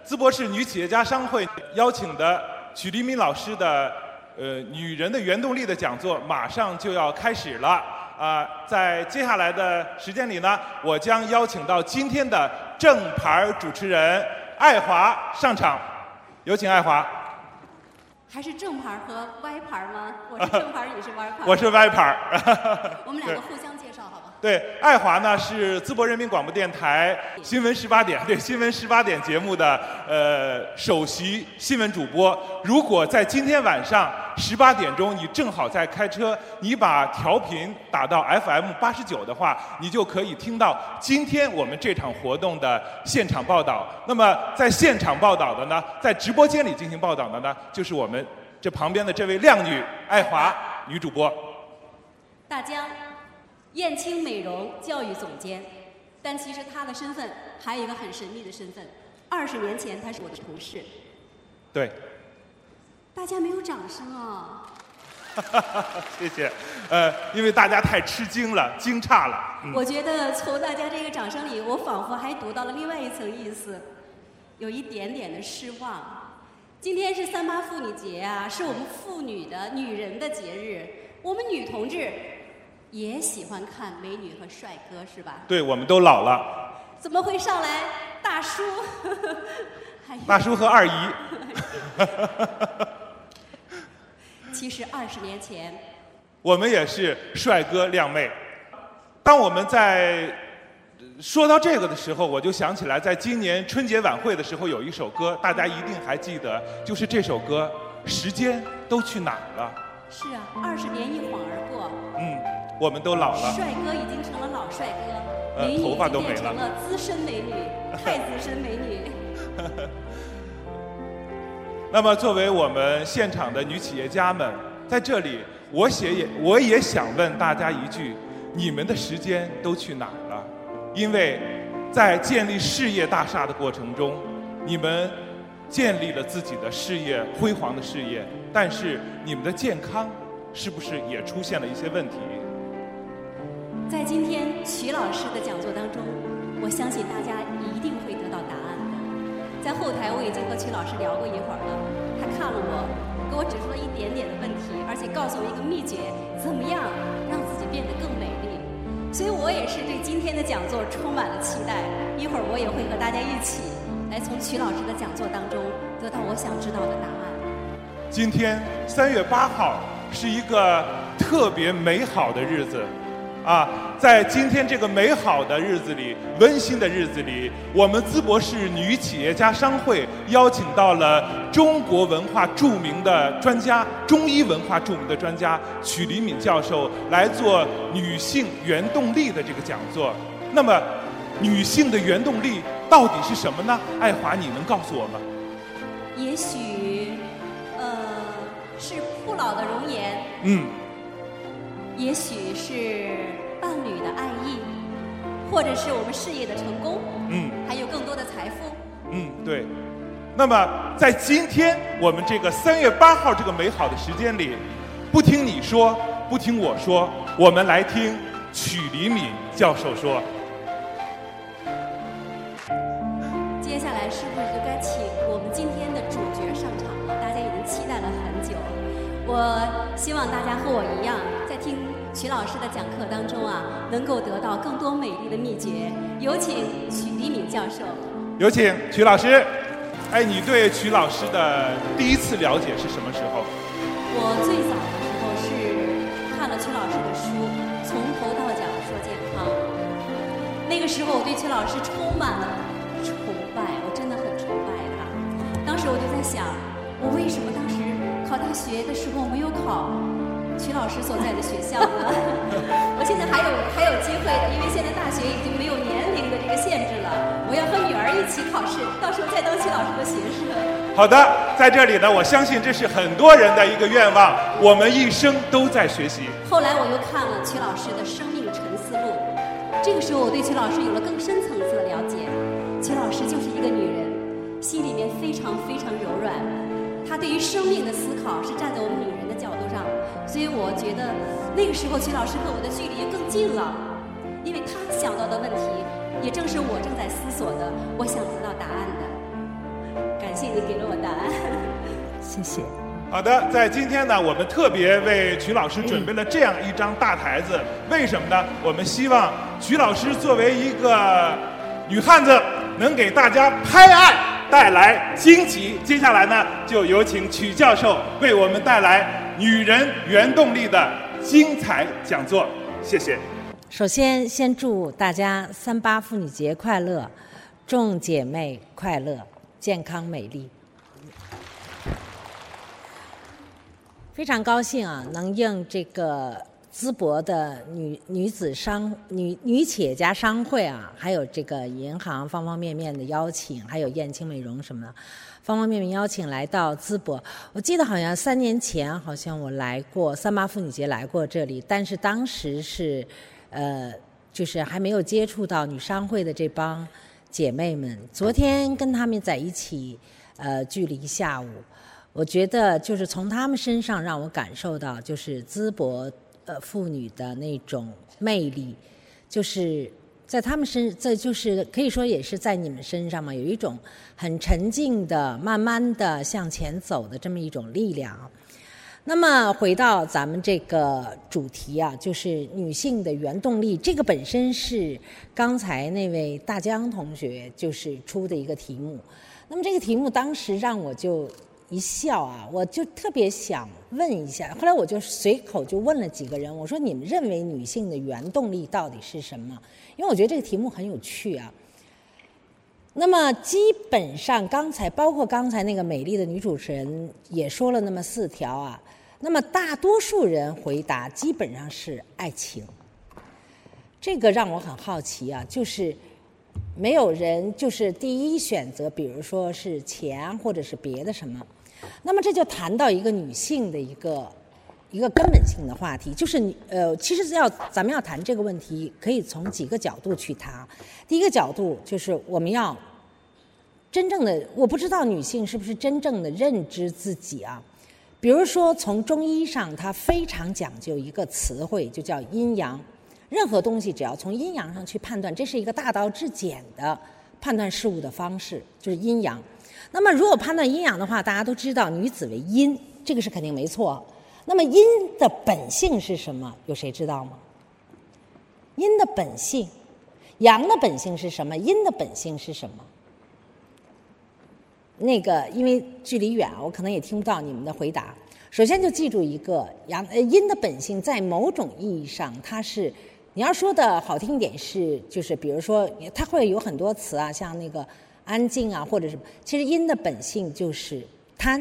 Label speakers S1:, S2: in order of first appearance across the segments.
S1: 淄博市女企业家商会邀请的曲黎敏老师的女人的原动力的讲座马上就要开始了在接下来的时间里呢，我将邀请到今天的正牌主持人艾华上场，有请艾华。
S2: 还是正牌和歪牌吗？我是正牌，你是歪牌。
S1: 我是歪牌。
S2: 我们两个互相介绍，好吧？
S1: 对，艾华呢是淄博人民广播电台新闻18点新闻18点节目的首席新闻主播。如果在今天晚上18点钟你正好在开车，你把调频打到 FM89的话，你就可以听到今天我们这场活动的现场报道。那么在现场报道的呢，在直播间里进行报道的呢，就是我们这旁边的这位靓女艾华女主播。
S2: 大江，燕青美容教育总监，但其实她的身份还有一个很神秘的身份。20年前，她是我的同事。
S1: 对。
S2: 大家没有掌声啊！
S1: 谢谢。因为大家太吃惊了，惊诧了。
S2: 我觉得从大家这个掌声里，我仿佛还读到了另外一层意思，有一点点的失望。今天是38妇女节啊，是我们妇女的女人的节日。我们女同志也喜欢看美女和帅哥，是吧？
S1: 对，我们都老了。
S2: 怎么会上来大叔？
S1: 大叔和二姨。
S2: 其实20年前，
S1: 我们也是帅哥靓妹。当我们在说到这个的时候，我就想起来，在今年春节晚会的时候，有一首歌，大家一定还记得，就是这首歌《时间都去哪儿了》。
S2: 是啊，20年一晃而过。
S1: 我们都老了。
S2: 帅哥已经成了老帅哥，美女
S1: 头发都没了，
S2: 变成了资深美女，太资深美女。
S1: 那么，作为我们现场的女企业家们，在这里，我也想问大家一句：你们的时间都去哪儿了？因为在建立事业大厦的过程中，你们建立了自己的事业，辉煌的事业，但是你们的健康是不是也出现了一些问题？
S2: 在今天曲老师的讲座当中，我相信大家一定会得到答案的。在后台我已经和曲老师聊过一会儿了，他看了我，给我指出了一点点的问题，而且告诉我一个秘诀，怎么样让自己变得更美丽。所以我也是对今天的讲座充满了期待，一会儿我也会和大家一起来从曲老师的讲座当中得到我想知道的答案。
S1: 今天3月8号是一个特别美好的日子在今天这个美好的日子里，温馨的日子里，我们淄博市女企业家商会邀请到了中国文化著名的专家、中医文化著名的专家曲黎敏教授来做女性原动力的这个讲座。那么，女性的原动力到底是什么呢？艾华，你能告诉我吗？
S2: 也许，是不老的容颜。也许是伴侣的爱意，或者是我们事业的成功，还有更多的财富。
S1: 对。那么在今天我们这个3月8号这个美好的时间里，不听你说，不听我说，我们来听曲黎敏教授说。
S2: 接下来是不是就该请我们今天的主角上场了？大家已经期待了很久。我希望大家和我一样，在听曲老师的讲课当中能够得到更多美丽的秘诀。有请曲黎敏教授。
S1: 有请曲老师。你对曲老师的第一次了解是什么时候？
S2: 我最早的时候是看了曲老师的书，从头到脚说健康。那个时候我对曲老师充满了崇拜，我真的很崇拜他。当时我就在想，我为什么当时考大学的时候没有考曲老师所在的学校呢？我现在还有机会的，因为现在大学已经没有年龄的这个限制了。我要和女儿一起考试，到时候再当曲老师的学生。
S1: 好的，在这里呢，我相信这是很多人的一个愿望，我们一生都在学习。
S2: 后来我又看了曲老师的《生命沉思录》，这个时候我对曲老师有了更深层次的了解。曲老师就是一个女人，心里面非常非常柔软，她对于生命的思考是站在我们女人的角度上，所以我觉得那个时候曲老师和我的距离更近了，因为她想到的问题也正是我正在思索的，我想得到答案的。 谢你给了我答案。
S3: 谢谢。
S1: 好的，在今天呢，我们特别为曲老师准备了这样一张大台子，为什么呢？我们希望曲老师作为一个女汉子，能给大家拍爱带来惊奇。接下来呢，就有请曲教授为我们带来女人原动力的精彩讲座。谢谢。
S3: 首先，先祝大家38妇女节快乐，众姐妹快乐，健康美丽。非常高兴啊，能应这个淄博的女企业家商会啊，还有这个银行方方面面的邀请，还有燕青美容什么的，方方面面邀请来到淄博。我记得好像3年前，好像我来过38妇女节来过这里，但是当时是就是还没有接触到女商会的这帮姐妹们。昨天跟她们在一起聚了一下午。我觉得就是从他们身上让我感受到，就是淄博妇女的那种魅力，就是在他们这就是可以说也是在你们身上嘛，有一种很沉静的、慢慢的向前走的这么一种力量。那么回到咱们这个主题啊，就是女性的原动力，这个本身是刚才那位大江同学就是出的一个题目。那么这个题目当时让我就一笑啊，我就特别想问一下，后来我就随口就问了几个人，我说你们认为女性的原动力到底是什么？因为我觉得这个题目很有趣啊。那么基本上包括刚才那个美丽的女主持人也说了那么4条啊，那么大多数人回答基本上是爱情。这个让我很好奇啊，就是没有人就是第一选择，比如说是钱或者是别的什么。那么这就谈到一个女性的一个根本性的话题，就是其实咱们要谈这个问题，可以从几个角度去谈。第一个角度就是我们要真正的，我不知道女性是不是真正的认知自己啊。比如说从中医上，它非常讲究一个词汇，就叫阴阳。任何东西只要从阴阳上去判断，这是一个大道至简的判断事物的方式，就是阴阳。那么如果判断阴阳的话，大家都知道女子为阴，这个是肯定没错。那么阴的本性是什么？有谁知道吗？阴的本性，阳的本性是什么？阴的本性是什么？那个因为距离远，我可能也听不到你们的回答。首先就记住一个阴的本性，在某种意义上，它是你要说的好听一点是，就是比如说它会有很多词啊，像那个安静啊，或者是其实阴的本性就是贪。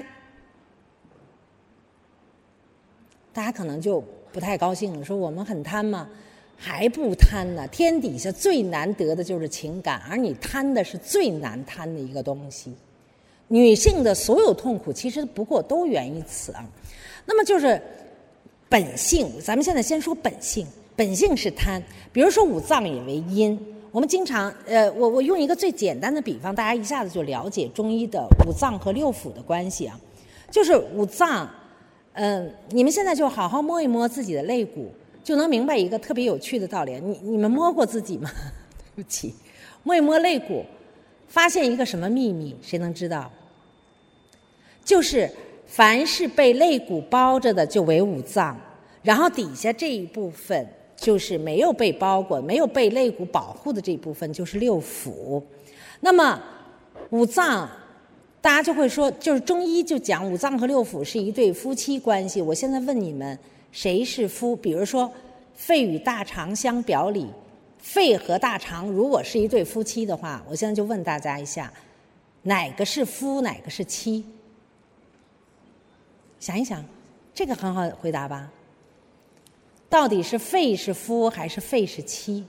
S3: 大家可能就不太高兴了，说我们很贪吗？还不贪呢！天底下最难得的就是情感，而你贪的是最难贪的一个东西。女性的所有痛苦其实不过都源于此啊。那么就是本性，咱们现在先说本性，本性是贪。比如说五脏也为阴，我们经常我用一个最简单的比方，大家一下子就了解中医的五脏和六腑的关系啊。就是五脏，你们现在就好好摸一摸自己的肋骨，就能明白一个特别有趣的道理。你们摸过自己吗？对不起，摸一摸肋骨，发现一个什么秘密？谁能知道？就是凡是被肋骨包着的就为五脏，然后底下这一部分就是没有被包裹、没有被肋骨保护的这一部分就是六腑。那么五脏，大家就会说，就是中医就讲五脏和六腑是一对夫妻关系。我现在问你们，谁是夫？比如说肺与大肠相表里，肺和大肠如果是一对夫妻的话，我现在就问大家一下，哪个是夫，哪个是妻？想一想，这个很好回答吧？到底是肺是夫还是肺是妻？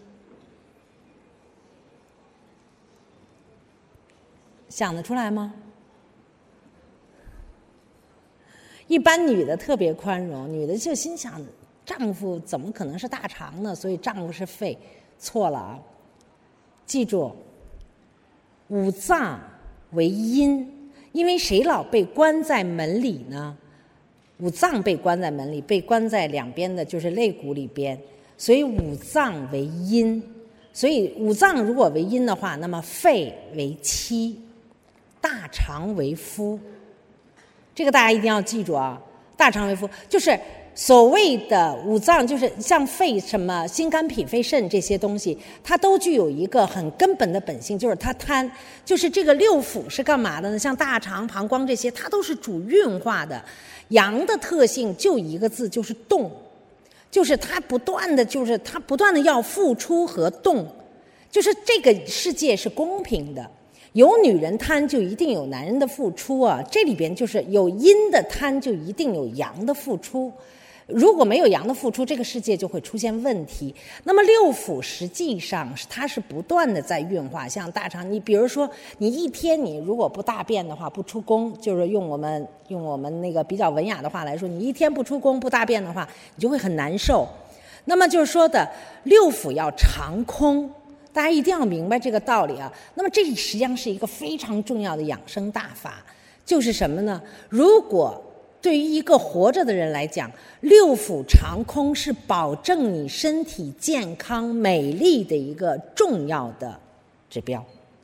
S3: 想得出来吗？一般女的特别宽容，女的就心想，丈夫怎么可能是大肠呢？所以丈夫是肺，错了啊！记住，五脏为阴，因为谁老被关在门里呢？五脏被关在门里，被关在两边的就是肋骨里边，所以五脏为阴。所以五脏如果为阴的话，那么肺为妻， 大肠为夫。这个大家一定要记住啊，大肠为夫就是所谓的五脏，就是像肺、什么心肝脾肺肾这些东西，它都具有一个很根本的本性，就是它贪。就是这个六腑是干嘛的呢？像大肠、膀胱这些，它都是主运化的。阳的特性就一个字，就是动，就是它不断的要付出和动。就是这个世界是公平的，有女人贪就一定有男人的付出啊，这里边就是有阴的贪就一定有阳的付出，如果没有阳的付出，这个世界就会出现问题。那么六腑实际上它是不断的在运化，像大肠，你比如说你一天你如果不大便的话，不出宫，就是用我们那个比较文雅的话来说，你一天不出宫不大便的话，你就会很难受。那么就是说的六腑要常空，大家一定要明白这个道理啊。那么这实际上是一个非常重要的养生大法，就是什么呢？如果对于一个活着的人来讲，六腑常空是保证你身体健康美丽的一个重要的指标。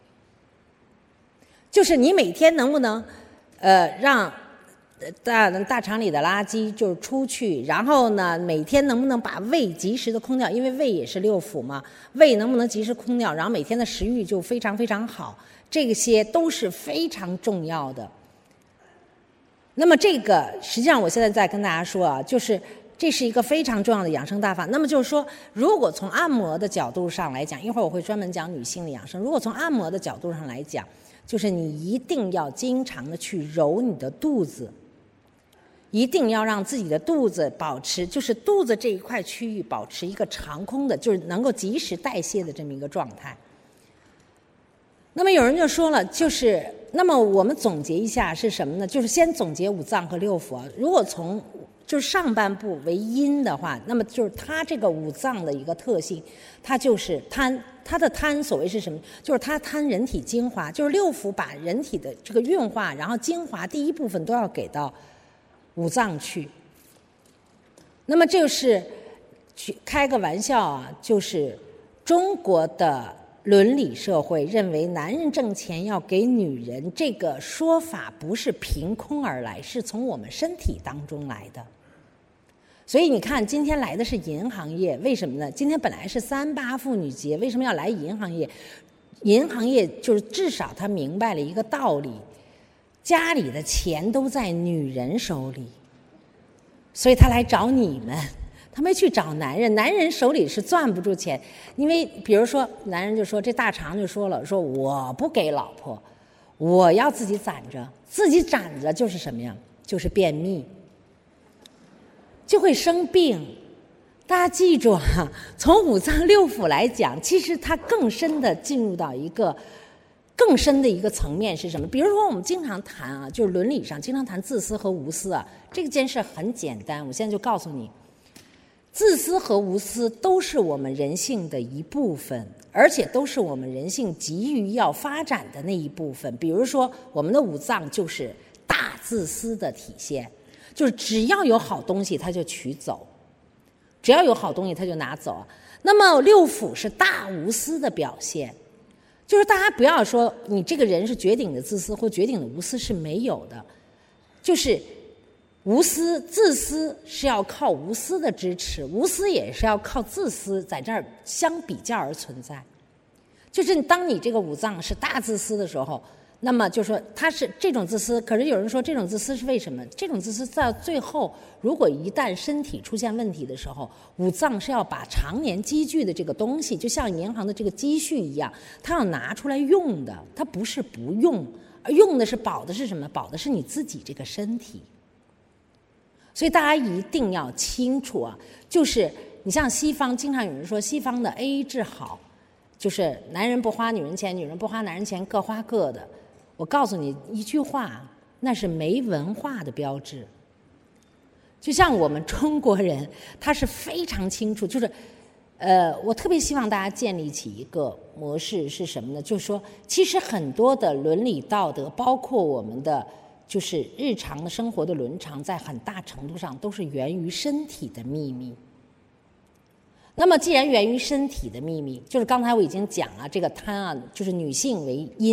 S3: 就是你每天能不能让大肠里的垃圾就是出去，然后呢每天能不能把胃及时的空掉，因为胃也是六腑嘛，胃能不能及时空掉，然后每天的食欲就非常非常好，这些都是非常重要的。那么这个实际上我现在在跟大家说啊，就是这是一个非常重要的养生大法。那么就是说，如果从按摩的角度上来讲，一会儿我会专门讲女性的养生，如果从按摩的角度上来讲，就是你一定要经常的去揉你的肚子，一定要让自己的肚子保持，就是肚子这一块区域保持一个长空的，就是能够及时代谢的这么一个状态。那么有人就说了，就是那么我们总结一下是什么呢？就是先总结五脏和六腑。如果从就是上半部为阴的话，那么就是它这个五脏的一个特性，它就是贪。它的贪所谓是什么？就是它贪人体精华，就是六腑把人体的这个运化，然后精华第一部分都要给到五脏去。那么就是开个玩笑啊，就是中国的伦理社会认为男人挣钱要给女人，这个说法不是凭空而来，是从我们身体当中来的。所以你看今天来的是银行业，为什么呢？今天本来是38妇女节，为什么要来银行业？银行业就是至少他明白了一个道理，家里的钱都在女人手里，所以他来找你们，他没去找男人。男人手里是攥不住钱，因为比如说男人就说，这大肠就说了，说我不给老婆，我要自己攒着，自己攒着就是什么呀？就是便秘，就会生病。大家记住啊，从五脏六腑来讲，其实它更深的进入到一个更深的一个层面是什么？比如说我们经常谈啊，就是伦理上经常谈自私和无私啊，这件事很简单，我现在就告诉你，自私和无私都是我们人性的一部分，而且都是我们人性急于要发展的那一部分。比如说我们的五脏就是大自私的体现，就是只要有好东西他就取走，只要有好东西他就拿走。那么六腑是大无私的表现，就是大家不要说你这个人是绝顶的自私或绝顶的无私，是没有的。就是无私，自私是要靠无私的支持，无私也是要靠自私在这儿相比较而存在。就是当你这个五脏是大自私的时候，那么就说它是这种自私，可是有人说这种自私是为什么？这种自私到最后，如果一旦身体出现问题的时候，五脏是要把常年积聚的这个东西，就像银行的这个积蓄一样，它要拿出来用的，它不是不用，而用的是保的是什么？保的是你自己这个身体。所以大家一定要清楚啊，就是你像西方，经常有人说西方的 AA 制好，就是男人不花女人钱，女人不花男人钱，各花各的。我告诉你一句话，那是没文化的标志。就像我们中国人，他是非常清楚，就是我特别希望大家建立起一个模式是什么呢？就是说其实很多的伦理道德，包括我们的就是日常的生活的伦常，在很大程度上都是源于身体的秘密。那么既然源于身体的秘密，就是刚才我已经讲了，这个贪啊，就是女性为阴，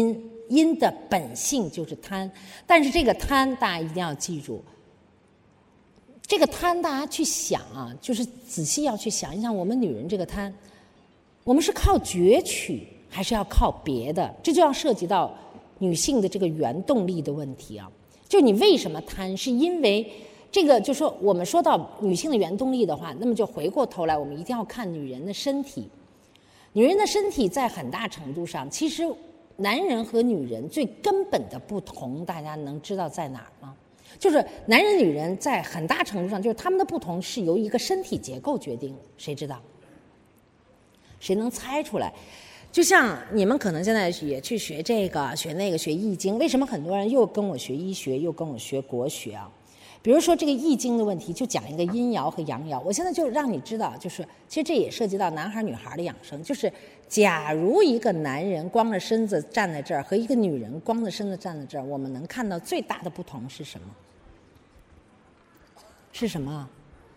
S3: 阴的本性就是贪，但是这个贪大家一定要记住，这个贪大家去想啊，就是仔细要去想一想，我们女人这个贪，我们是靠攫取还是要靠别的？这就要涉及到女性的这个原动力的问题啊。就你为什么贪，是因为这个，就说我们说到女性的原动力的话，那么就回过头来，我们一定要看女人的身体。女人的身体在很大程度上，其实男人和女人最根本的不同，大家能知道在哪儿吗？就是男人女人在很大程度上，就是他们的不同是由一个身体结构决定的。谁知道？谁能猜出来？就像你们可能现在也去学这个学那个学易经，为什么很多人又跟我学医学又跟我学国学啊？比如说这个易经的问题，就讲一个阴爻和阳爻。我现在就让你知道，就是其实这也涉及到男孩女孩的养生。就是假如一个男人光着身子站在这儿，和一个女人光着身子站在这儿，我们能看到最大的不同是什么？是什么？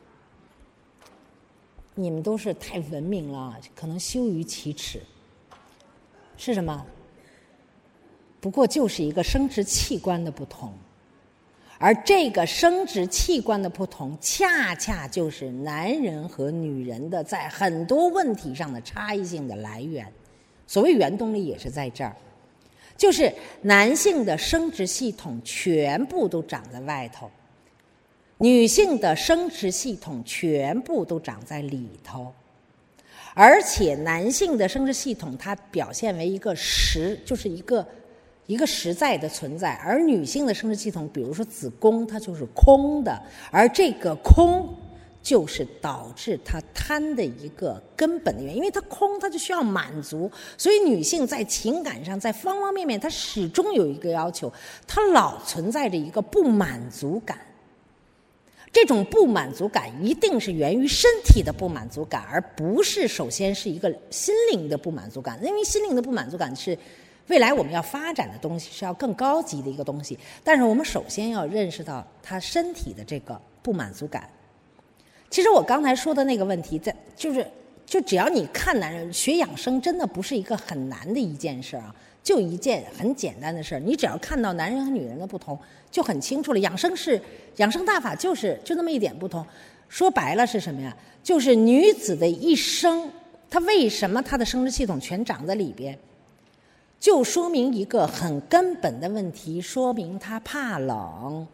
S3: 你们都是太文明了，可能羞于启齿。是什么？不过就是一个生殖器官的不同。而这个生殖器官的不同，恰恰就是男人和女人的在很多问题上的差异性的来源。所谓原动力也是在这儿，就是男性的生殖系统全部都长在外头，女性的生殖系统全部都长在里头。而且男性的生殖系统它表现为一个实，就是一个实在的存在，而女性的生殖系统，比如说子宫，它就是空的，而这个空就是导致它贪的一个根本的原因，因为它空，它就需要满足，所以女性在情感上，在方方面面，她始终有一个要求，她老存在着一个不满足感。这种不满足感一定是源于身体的不满足感，而不是首先是一个心灵的不满足感，因为心灵的不满足感是未来我们要发展的东西，是要更高级的一个东西。但是我们首先要认识到他身体的这个不满足感。其实我刚才说的那个问题，就只要你看男人学养生，真的不是一个很难的一件事啊，就一件很简单的事，你只要看到男人和女人的不同，就很清楚了。养生大法就那么一点不同。说白了是什么呀？就是女子的一生，她为什么她的生殖系统全长在里边？就说明一个很根本的问题，说明她怕冷。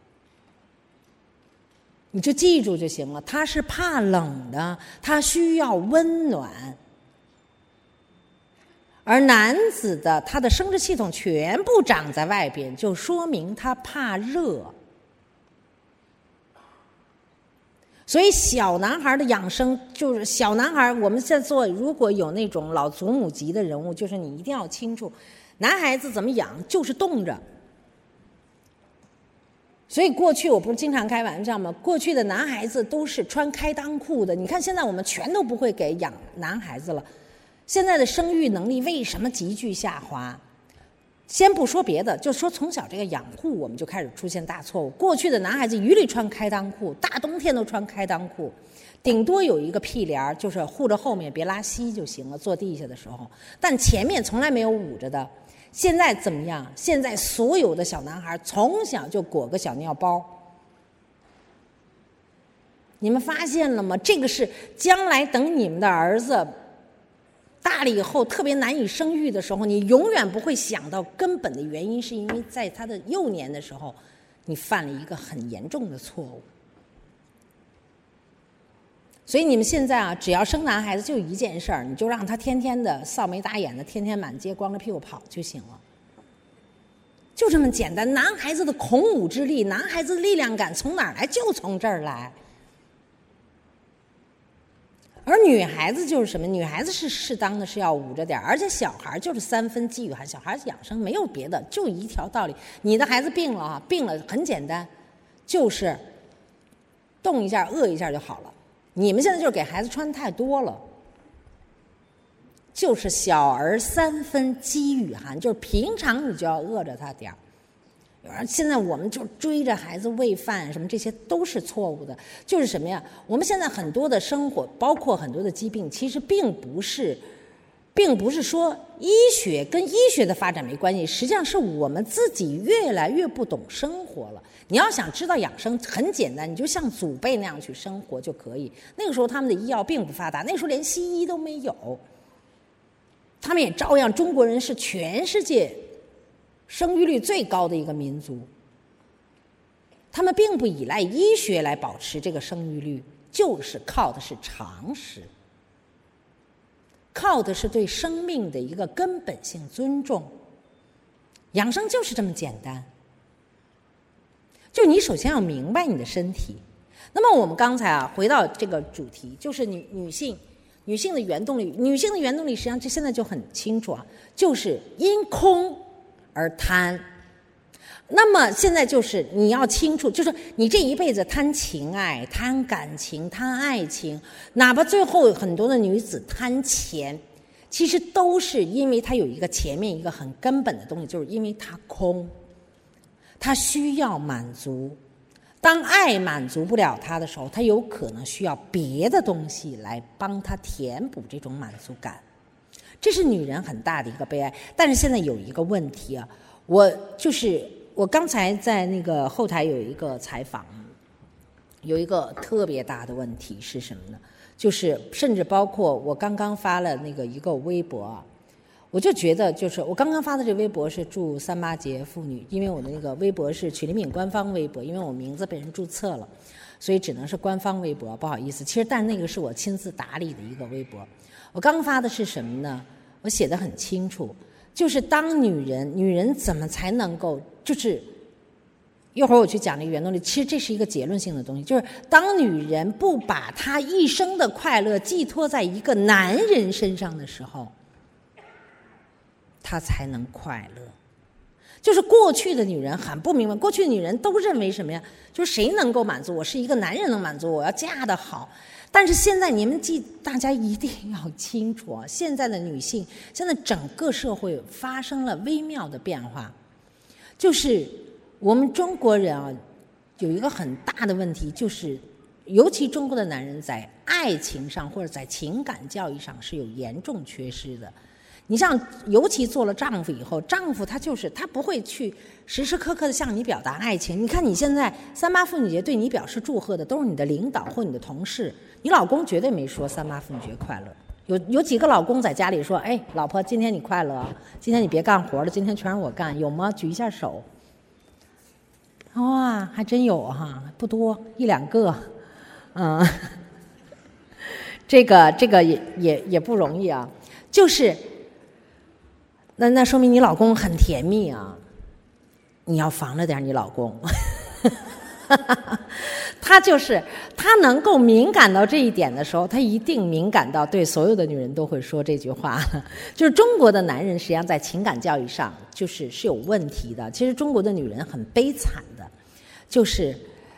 S3: 你就记住就行了，她是怕冷的，她需要温暖。而男子的他的生殖系统全部长在外边，就说明他怕热。所以小男孩的养生，就是小男孩我们在做，如果有那种老祖母级的人物，就是你一定要清楚，男孩子怎么养，就是冻着。所以过去我不是经常开玩笑吗？过去的男孩子都是穿开裆裤的，你看现在我们全都不会给养男孩子了。现在的生育能力为什么急剧下滑？先不说别的，就说从小这个养护我们就开始出现大错误。过去的男孩子一律穿开裆裤，大冬天都穿开裆裤，顶多有一个屁帘，就是护着后面别拉稀就行了，坐地下的时候，但前面从来没有捂着的。现在怎么样？现在所有的小男孩从小就裹个小尿包，你们发现了吗？这个是将来等你们的儿子大了以后特别难以生育的时候，你永远不会想到根本的原因，是因为在他的幼年的时候你犯了一个很严重的错误。所以你们现在啊，只要生男孩子就一件事儿，你就让他天天的扫眉打眼的，天天满街光着屁股跑就行了，就这么简单。男孩子的孔武之力，男孩子的力量感从哪儿来？就从这儿来。而女孩子就是什么？女孩子是适当的是要捂着点，而且小孩就是3分饥与寒，小孩子养生没有别的，就一条道理。你的孩子病了啊，病了很简单，就是冻一下饿一下就好了。你们现在就是给孩子穿太多了，就是小儿3分饥与寒，就是平常你就要饿着他点儿。现在我们就追着孩子喂饭什么，这些都是错误的。就是什么呀？我们现在很多的生活，包括很多的疾病，其实并不是并不是说医学跟医学的发展没关系，实际上是我们自己越来越不懂生活了。你要想知道养生很简单，你就像祖辈那样去生活就可以。那个时候他们的医药并不发达，那个时候连西医都没有，他们也照样，中国人是全世界生育率最高的一个民族，他们并不依赖医学来保持这个生育率，就是靠的是常识，靠的是对生命的一个根本性尊重。养生就是这么简单，就你首先要明白你的身体。那么我们刚才回到这个主题，就是女性的原动力。女性的原动力实际上现在就很清楚就是因空而贪。那么现在就是你要清楚，就是你这一辈子贪情爱、贪感情、贪爱情，哪怕最后很多的女子贪钱，其实都是因为她有一个前面一个很根本的东西，就是因为她空，她需要满足。当爱满足不了她的时候，她有可能需要别的东西来帮她填补这种满足感。这是女人很大的一个悲哀。但是现在有一个问题我刚才在那个后台有一个采访，有一个特别大的问题是什么呢？就是甚至包括我刚刚发了那个一个微博，我就觉得就是我刚刚发的这个微博是祝3·8节妇女，因为我的那个微博是曲黎敏官方微博，因为我名字被人注册了，所以只能是官方微博，不好意思。其实但那个是我亲自打理的一个微博。我刚发的是什么呢？我写得很清楚，就是当女人怎么才能够，就是一会儿我去讲这个原动力，其实这是一个结论性的东西，就是当女人不把她一生的快乐寄托在一个男人身上的时候，她才能快乐。就是过去的女人很不明白，过去的女人都认为什么呀？就是谁能够满足我？是一个男人能满足我，要嫁得好。但是现在大家一定要清楚啊！现在的女性，现在整个社会发生了微妙的变化，就是我们中国人啊，有一个很大的问题，就是尤其中国的男人在爱情上或者在情感教育上是有严重缺失的。你像尤其做了丈夫以后，丈夫他不会去时时刻刻的向你表达爱情。你看你现在3·8妇女节对你表示祝贺的都是你的领导或你的同事，你老公绝对没说3·8妇女节快乐。有几个老公在家里说，哎，老婆今天你快乐，今天你别干活了，今天全是我干，有吗？举一下手。哇，还真有哈，不多，1-2个。这个也不容易啊，就是那说明你老公很甜蜜啊，你要防着点你老公。他能够敏感到这一点的时候，他一定敏感到对所有的女人都会说这句话。就是中国的男人实际上在情感教育上是有问题的。其实中国的女人很悲惨的，就是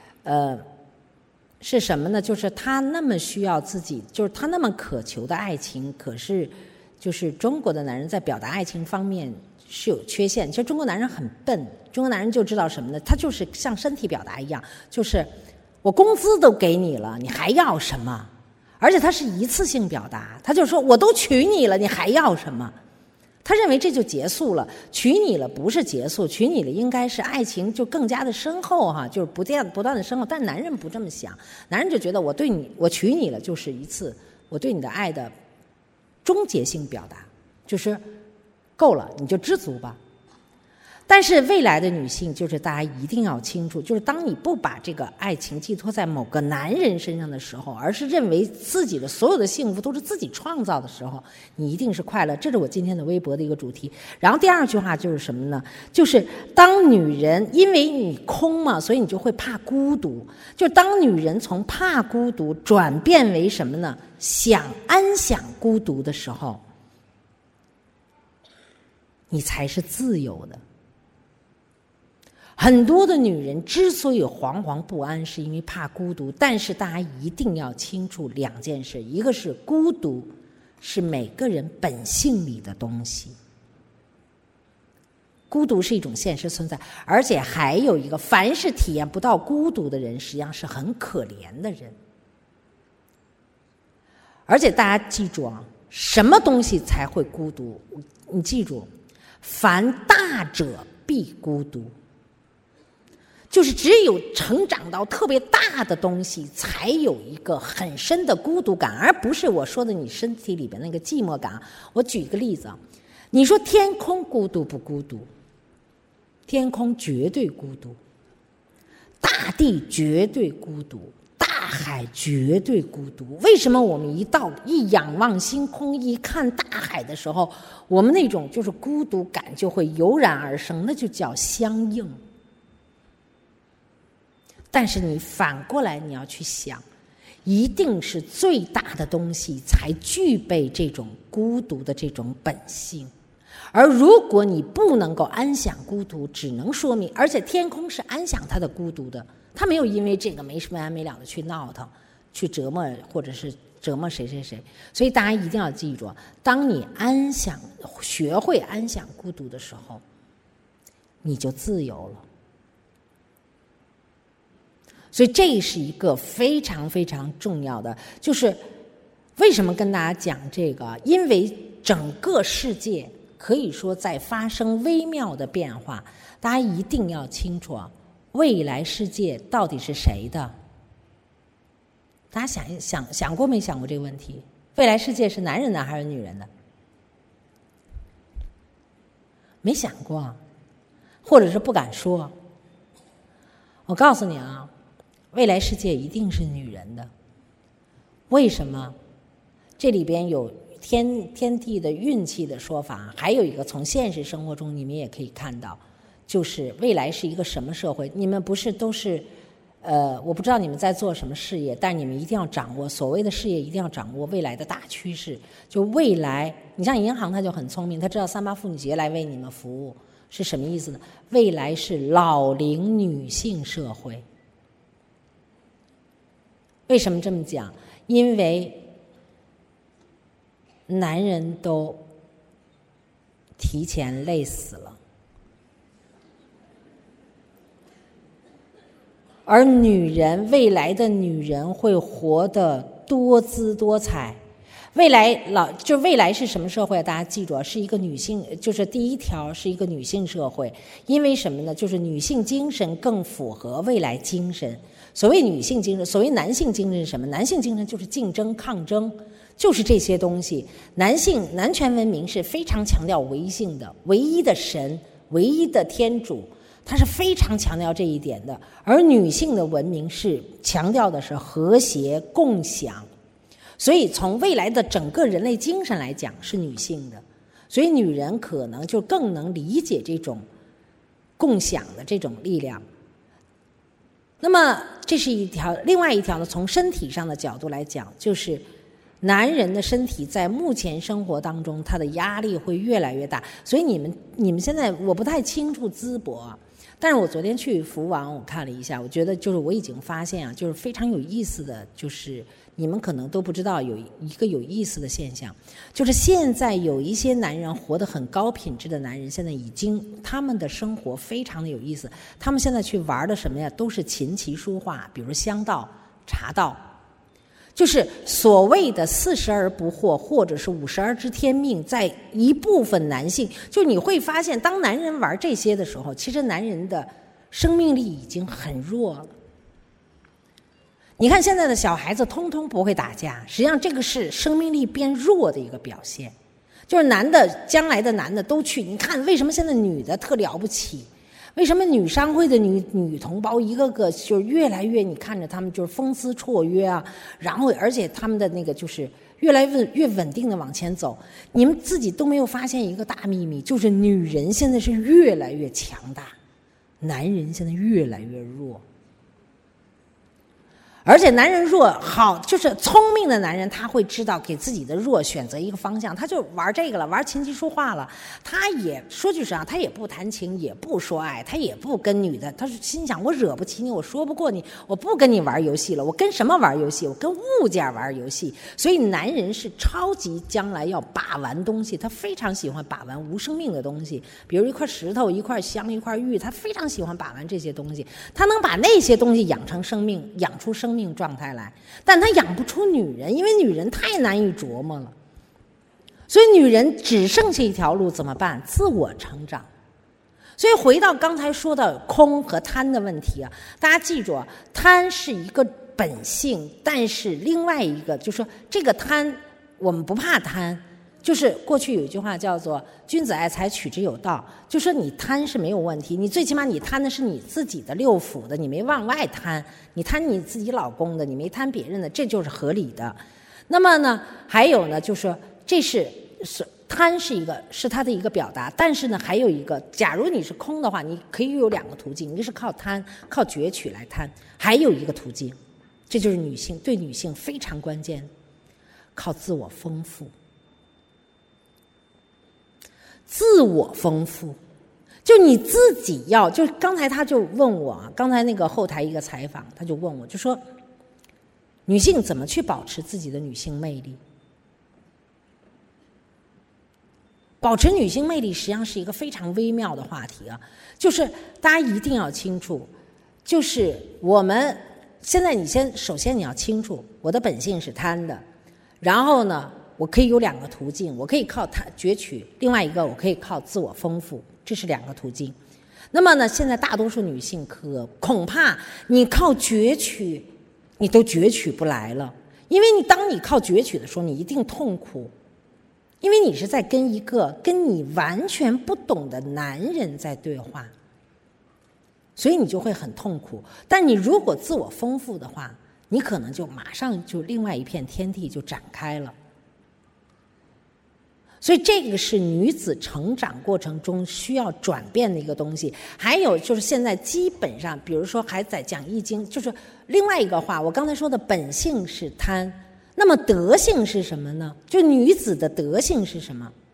S3: 是什么呢？就是他那么需要自己，就是他那么渴求的爱情，可是就是中国的男人在表达爱情方面是有缺陷。其实中国男人很笨，中国男人就知道什么呢？他就是像身体表达一样，就是我工资都给你了，你还要什么？而且他是一次性表达，他就说我都娶你了，你还要什么？他认为这就结束了。娶你了不是结束，娶你了应该是爱情就更加的深厚哈，就是不断的深厚。但男人不这么想，男人就觉得我娶你了就是一次我对你的爱的终结性表达，就是够了，你就知足吧。但是未来的女性，就是大家一定要清楚，就是当你不把这个爱情寄托在某个男人身上的时候，而是认为自己的所有的幸福都是自己创造的时候，你一定是快乐。这是我今天的微博的一个主题。然后第二句话就是什么呢？就是当女人因为你空嘛，所以你就会怕孤独。就当女人从怕孤独转变为什么呢？想安享孤独的时候，你才是自由的。很多的女人之所以惶惶不安，是因为怕孤独。但是大家一定要清楚2件事，一个是孤独是每个人本性里的东西，孤独是一种现实存在，而且还有一个，凡是体验不到孤独的人，实际上是很可怜的人。而且大家记住啊， 什么东西才会孤独？你记住，凡大者必孤独。就是只有成长到特别大的东西，才有一个很深的孤独感，而不是我说的你身体里边那个寂寞感。我举一个例子啊，你说天空孤独不孤独？天空绝对孤独，大地绝对孤独，大海绝对孤独。为什么我们一仰望星空，一看大海的时候，我们那种就是孤独感就会油然而生，那就叫相应。但是你反过来你要去想，一定是最大的东西才具备这种孤独的这种本性。而如果你不能够安享孤独，只能说明，而且天空是安享它的孤独的，它没有因为这个没完没了的去闹腾，去折磨或者是折磨谁谁谁。所以大家一定要记住，当你学会安享孤独的时候，你就自由了。所以这是一个非常非常重要的，就是为什么跟大家讲这个？因为整个世界可以说在发生微妙的变化，大家一定要清楚，未来世界到底是谁的？大家想过没想过这个问题？未来世界是男人的还是女人的？没想过，或者是不敢说。我告诉你啊，未来世界一定是女人的。为什么？这里边有天地的运气的说法，还有一个从现实生活中你们也可以看到，就是未来是一个什么社会。你们不是都是我不知道你们在做什么事业，但你们一定要掌握，所谓的事业一定要掌握未来的大趋势。就未来，你像银行它就很聪明，它知道3·8妇女节来为你们服务是什么意思呢？未来是老龄女性社会。为什么这么讲？因为男人都提前累死了，而未来的女人会活得多姿多彩。未来是什么社会？大家记住，是一个女性，就是第一条是一个女性社会。因为什么呢？就是女性精神更符合未来精神。所谓女性精神，所谓男性精神是什么？男性精神就是竞争、抗争，就是这些东西。男权文明是非常强调唯性的，唯一的神、唯一的天主，它是非常强调这一点的。而女性的文明是强调的是和谐共享。所以从未来的整个人类精神来讲是女性的，所以女人可能就更能理解这种共享的这种力量。那么这是一条，另外一条呢，从身体上的角度来讲，就是男人的身体在目前生活当中他的压力会越来越大。所以你们现在我不太清楚淄博，但是我昨天去福王我看了一下，我觉得就是我已经发现啊，就是非常有意思的，就是你们可能都不知道有一个有意思的现象，就是现在有一些男人活得很高品质的男人，现在已经他们的生活非常的有意思。他们现在去玩的什么呀？都是琴棋书画，比如香道、茶道，就是所谓的40而不惑，或者是50而知天命。在一部分男性，就你会发现，当男人玩这些的时候，其实男人的生命力已经很弱了。你看现在的小孩子通通不会打架，实际上这个是生命力变弱的一个表现。就是将来的男的都去，你看为什么现在女的特了不起？为什么女商会的女同胞一个个就是越来越，你看着他们就是风姿绰约啊，然后而且他们的那个就是越来越稳定的往前走。你们自己都没有发现一个大秘密，就是女人现在是越来越强大，男人现在越来越弱。而且男人弱好，就是聪明的男人，他会知道给自己的弱选择一个方向，他就玩这个了，玩琴棋书画了。他也说句实话，他也不谈情，也不说爱，他也不跟女的，他是心想我惹不起你，我说不过你，我不跟你玩游戏了，我跟什么玩游戏？我跟物件玩游戏。所以男人是超级将来要把玩东西，他非常喜欢把玩无生命的东西，比如一块石头、一块香、一块玉，他非常喜欢把玩这些东西，他能把那些东西养出生命状态来。但他养不出女人，因为女人太难以琢磨了。 所以女人只剩下一条路，怎么办？自我成长。所以回到刚才说的空和贪的问题啊，大家记住啊，贪是一个本性，但是另外一个就是说这个贪我们不怕贪，就是过去有一句话叫做君子爱财，取之有道，就说你贪是没有问题，你最起码你贪的是你自己的六腑的，你没往外贪，你贪你自己老公的，你没贪别人的，这就是合理的。那么呢还有呢就是说这是贪是它的一个表达，但是呢还有一个，假如你是空的话，你可以有两个途径，一个是靠贪靠攫取来贪，还有一个途径，这就是对女性非常关键，靠自我丰富。自我丰富就你自己要，就刚才他就问我，刚才那个后台一个采访他就问我，就说女性怎么去保持自己的女性魅力。保持女性魅力实际上是一个非常微妙的话题啊，就是大家一定要清楚，就是我们现在首先你要清楚，我的本性是贪的，然后呢我可以有两个途径，我可以靠贪攫取，另外一个我可以靠自我丰富，这是两个途径。那么呢现在大多数女性恐怕你靠攫取你都攫取不来了，因为当你靠攫取的时候你一定痛苦，因为你是在跟一个跟你完全不懂的男人在对话，所以你就会很痛苦。但你如果自我丰富的话，你可能就马上就另外一片天地就展开了。所以这个是女子成长过程中需要转变的一个东西。还有就是现在基本上比如说还在讲易经，就是另外一个话，我刚才说的本性是贪，那么德性是什么呢？就女子的德性是什么？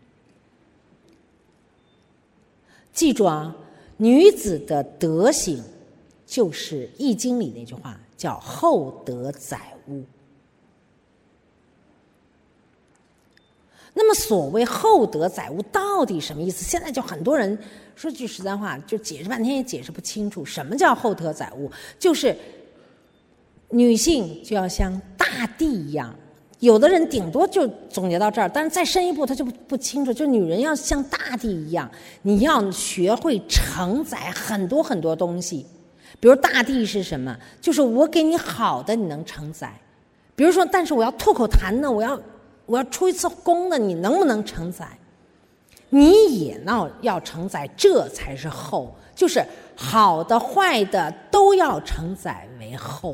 S3: 记住啊，女子的德行就是易经里那句话叫厚德载物。那么所谓厚德载物到底什么意思？现在就很多人说句实在话，就解释半天也解释不清楚。什么叫厚德载物？就是女性就要像大地一样，有的人顶多就总结到这儿，但是再深一步他就不清楚。就女人要像大地一样，你要学会承载很多很多东西。比如大地是什么？就是我给你好的你能承载，比如说但是我要吐口痰呢，我要出一次宫的，你能不能承载？你也要承载，这才是厚，就是好的坏的都要承载为厚，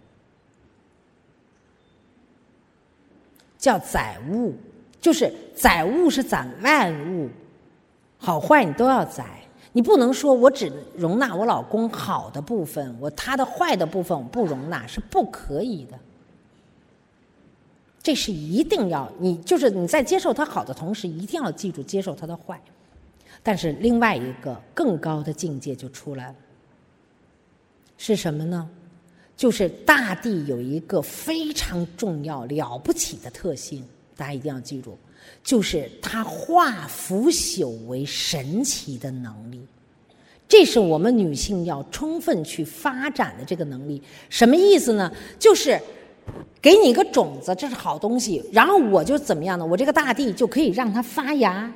S3: 叫载物，就是载物是载万物，好坏你都要载。你不能说我只容纳我老公好的部分，他的坏的部分我不容纳，是不可以的。这是一定要，就是你在接受他好的同时，一定要记住接受他的坏。但是另外一个更高的境界就出来了，是什么呢？就是大地有一个非常重要了不起的特性，大家一定要记住，就是它化腐朽为神奇的能力。这是我们女性要充分去发展的这个能力。什么意思呢？就是给你一个种子，这是好东西，然后我就怎么样呢？我这个大地就可以让它发芽。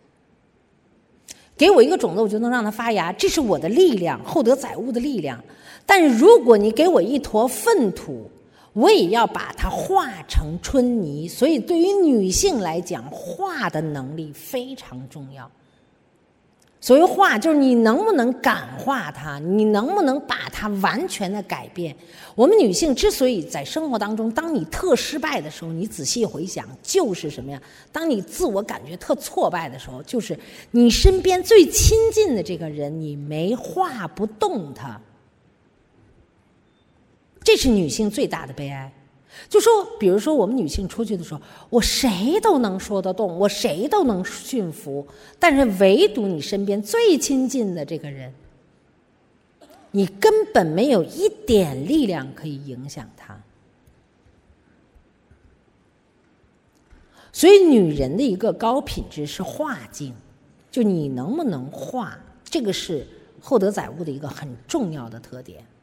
S3: 给我一个种子，我就能让它发芽，这是我的力量，厚德载物的力量。但是如果你给我一坨粪土，我也要把它化成春泥。所以对于女性来讲，化的能力非常重要。所谓化，就是你能不能感化它，你能不能把它完全的改变。我们女性之所以在生活当中，当你特失败的时候，你仔细回想，就是什么呀？当你自我感觉特挫败的时候，就是你身边最亲近的这个人，你没化不动他。这是女性最大的悲哀。就说比如说我们女性出去的时候，我谁都能说得动，我谁都能驯服，但是唯独你身边最亲近的这个人，你根本没有一点力量可以影响他。所以女人的一个高品质是化境，就你能不能化，这个是厚德载物的一个很重要的特点。